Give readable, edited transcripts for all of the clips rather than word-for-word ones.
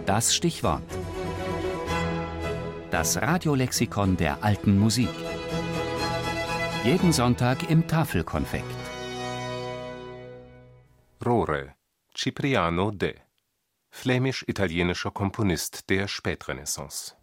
Das Stichwort. Das Radiolexikon der alten Musik. Jeden Sonntag im Tafelkonfekt. Rohre, Cipriano de. Flämisch-italienischer Komponist der Spätrenaissance.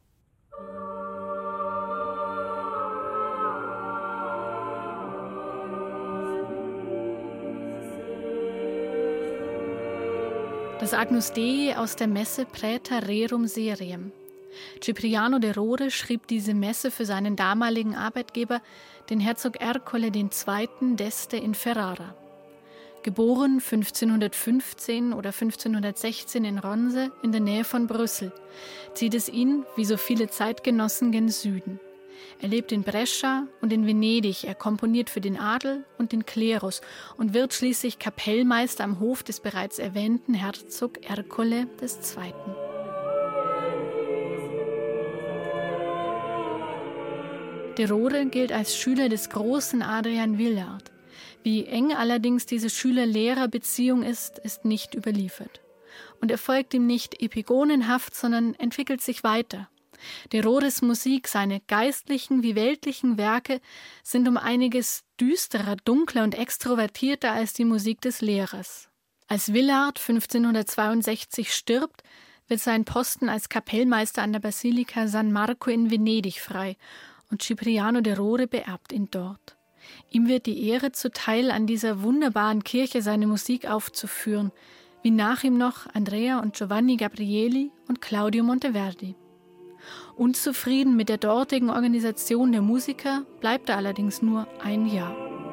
Das Agnus Dei aus der Messe Praeter Rerum Seriem. Cipriano de Rohre schrieb diese Messe für seinen damaligen Arbeitgeber, den Herzog Ercole II. d'Este in Ferrara. Geboren 1515 oder 1516 in Ronse in der Nähe von Brüssel, zieht es ihn, wie so viele Zeitgenossen, gen Süden. Er lebt in Brescia und in Venedig, er komponiert für den Adel und den Klerus und wird schließlich Kapellmeister am Hof des bereits erwähnten Herzog Ercole II. De Rohre gilt als Schüler des großen Adrian Willaert. Wie eng allerdings diese Schüler-Lehrer-Beziehung ist nicht überliefert. Und er folgt ihm nicht epigonenhaft, sondern entwickelt sich weiter. De Rohres Musik, seine geistlichen wie weltlichen Werke, sind um einiges düsterer, dunkler und extrovertierter als die Musik des Lehrers. Als Willaert 1562 stirbt, wird sein Posten als Kapellmeister an der Basilika San Marco in Venedig frei und Cipriano de Rohre beerbt ihn dort. Ihm wird die Ehre zuteil, an dieser wunderbaren Kirche seine Musik aufzuführen, wie nach ihm noch Andrea und Giovanni Gabrieli und Claudio Monteverdi. Unzufrieden mit der dortigen Organisation der Musiker bleibt er allerdings nur ein Jahr.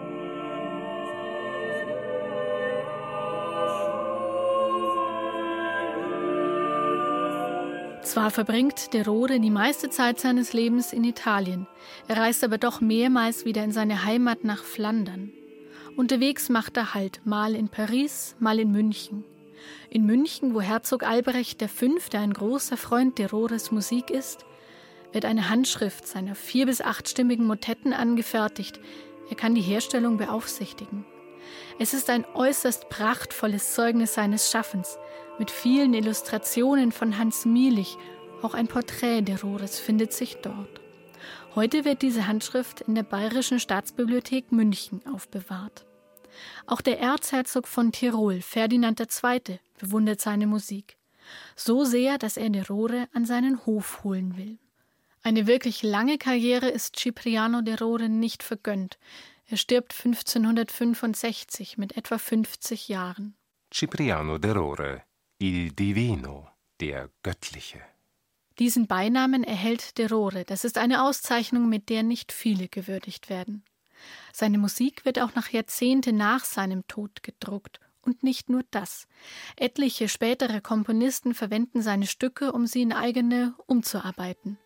Zwar verbringt de Rohre die meiste Zeit seines Lebens in Italien, er reist aber doch mehrmals wieder in seine Heimat nach Flandern. Unterwegs macht er Halt, mal in Paris, mal in München. In München, wo Herzog Albrecht V., ein großer Freund de Rohres Musik ist, wird eine Handschrift seiner 4- bis 8-stimmigen Motetten angefertigt. Er kann die Herstellung beaufsichtigen. Es ist ein äußerst prachtvolles Zeugnis seines Schaffens, mit vielen Illustrationen von Hans Mielich. Auch ein Porträt de Rohres findet sich dort. Heute wird diese Handschrift in der Bayerischen Staatsbibliothek München aufbewahrt. Auch der Erzherzog von Tirol, Ferdinand II., bewundert seine Musik. So sehr, dass er de Rohre an seinen Hof holen will. Eine wirklich lange Karriere ist Cipriano de Rohre nicht vergönnt. Er stirbt 1565 mit etwa 50 Jahren. Cipriano de Rohre, il Divino, der Göttliche. Diesen Beinamen erhält de Rohre. Das ist eine Auszeichnung, mit der nicht viele gewürdigt werden. Seine Musik wird auch noch Jahrzehnte nach seinem Tod gedruckt. Und nicht nur das. Etliche spätere Komponisten verwenden seine Stücke, um sie in eigene umzuarbeiten.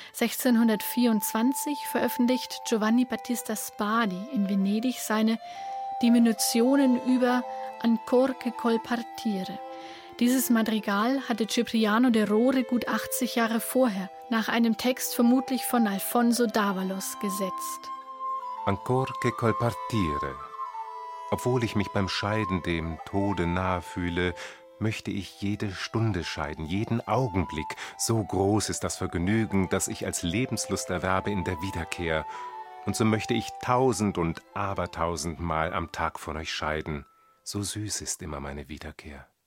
1624 veröffentlicht Giovanni Battista Spada in Venedig seine Diminutionen über Ancor che col partire. Dieses Madrigal hatte Cipriano de Rohre gut 80 Jahre vorher, nach einem Text vermutlich von Alfonso d'Avalos, gesetzt. Ancor che col partire. Obwohl ich mich beim Scheiden dem Tode nahe fühle, möchte ich jede Stunde scheiden, jeden Augenblick. So groß ist das Vergnügen, das ich als Lebenslust erwerbe in der Wiederkehr. Und so möchte ich 1000 und abertausendmal am Tag von euch scheiden. So süß ist immer meine Wiederkehr.